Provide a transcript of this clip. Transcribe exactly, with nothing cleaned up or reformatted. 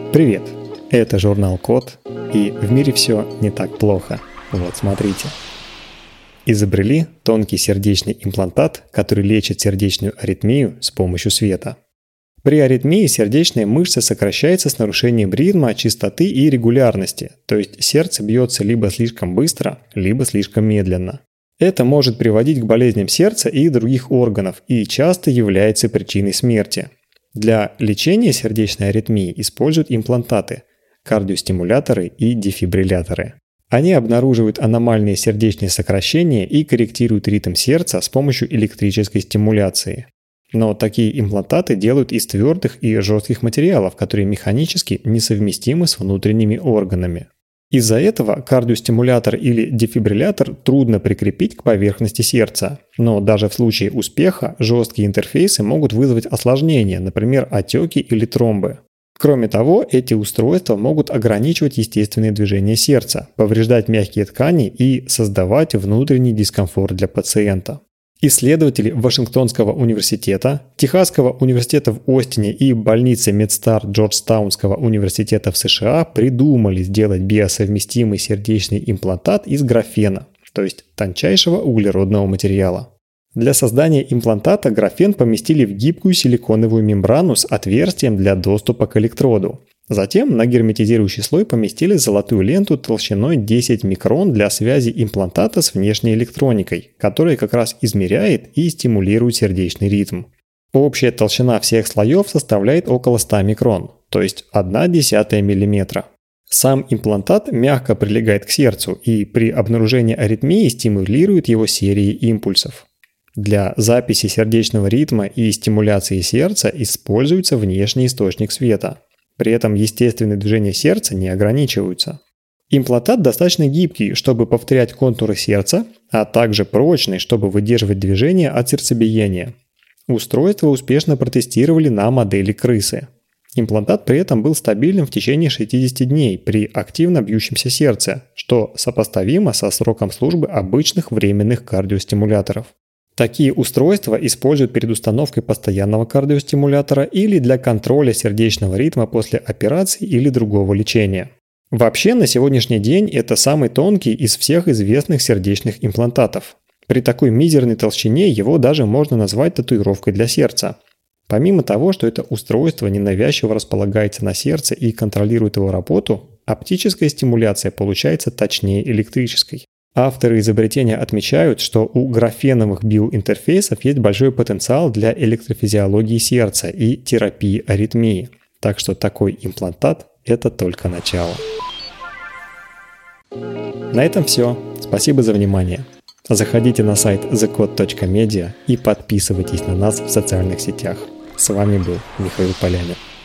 Привет! Это журнал Код, и в мире все не так плохо. Вот смотрите. Изобрели тонкий сердечный имплантат, который лечит сердечную аритмию с помощью света. При аритмии сердечная мышца сокращается с нарушением ритма, частоты и регулярности, то есть сердце бьется либо слишком быстро, либо слишком медленно. Это может приводить к болезням сердца и других органов и часто является причиной смерти. Для лечения сердечной аритмии используют имплантаты, кардиостимуляторы и дефибрилляторы. Они обнаруживают аномальные сердечные сокращения и корректируют ритм сердца с помощью электрической стимуляции. Но такие имплантаты делают из твердых и жестких материалов, которые механически несовместимы с внутренними органами. Из-за этого кардиостимулятор или дефибриллятор трудно прикрепить к поверхности сердца, но даже в случае успеха жесткие интерфейсы могут вызвать осложнения, например, отеки или тромбы. Кроме того, эти устройства могут ограничивать естественные движения сердца, повреждать мягкие ткани и создавать внутренний дискомфорт для пациента. Исследователи Вашингтонского университета, Техасского университета в Остине и больницы Медстар Джорджтаунского университета в США придумали сделать биосовместимый сердечный имплантат из графена, то есть тончайшего углеродного материала. Для создания имплантата графен поместили в гибкую силиконовую мембрану с отверстием для доступа к электроду. Затем на герметизирующий слой поместили золотую ленту толщиной десять микрон для связи имплантата с внешней электроникой, которая как раз измеряет и стимулирует сердечный ритм. Общая толщина всех слоев составляет около ста микрон, то есть одна десятая миллиметра. Сам имплантат мягко прилегает к сердцу и при обнаружении аритмии стимулирует его серией импульсов. Для записи сердечного ритма и стимуляции сердца используется внешний источник света. При этом естественные движения сердца не ограничиваются. Имплантат достаточно гибкий, чтобы повторять контуры сердца, а также прочный, чтобы выдерживать движение от сердцебиения. Устройство успешно протестировали на модели крысы. Имплантат при этом был стабильным в течение шестидесяти дней при активно бьющемся сердце, что сопоставимо со сроком службы обычных временных кардиостимуляторов. Такие устройства используют перед установкой постоянного кардиостимулятора или для контроля сердечного ритма после операции или другого лечения. Вообще, на сегодняшний день это самый тонкий из всех известных сердечных имплантатов. При такой мизерной толщине его даже можно назвать татуировкой для сердца. Помимо того, что это устройство ненавязчиво располагается на сердце и контролирует его работу, оптическая стимуляция получается точнее электрической. Авторы изобретения отмечают, что у графеновых биоинтерфейсов есть большой потенциал для электрофизиологии сердца и терапии аритмии. Так что такой имплантат – это только начало. На этом все. Спасибо за внимание. Заходите на сайт the code точка media и подписывайтесь на нас в социальных сетях. С вами был Михаил Полянин.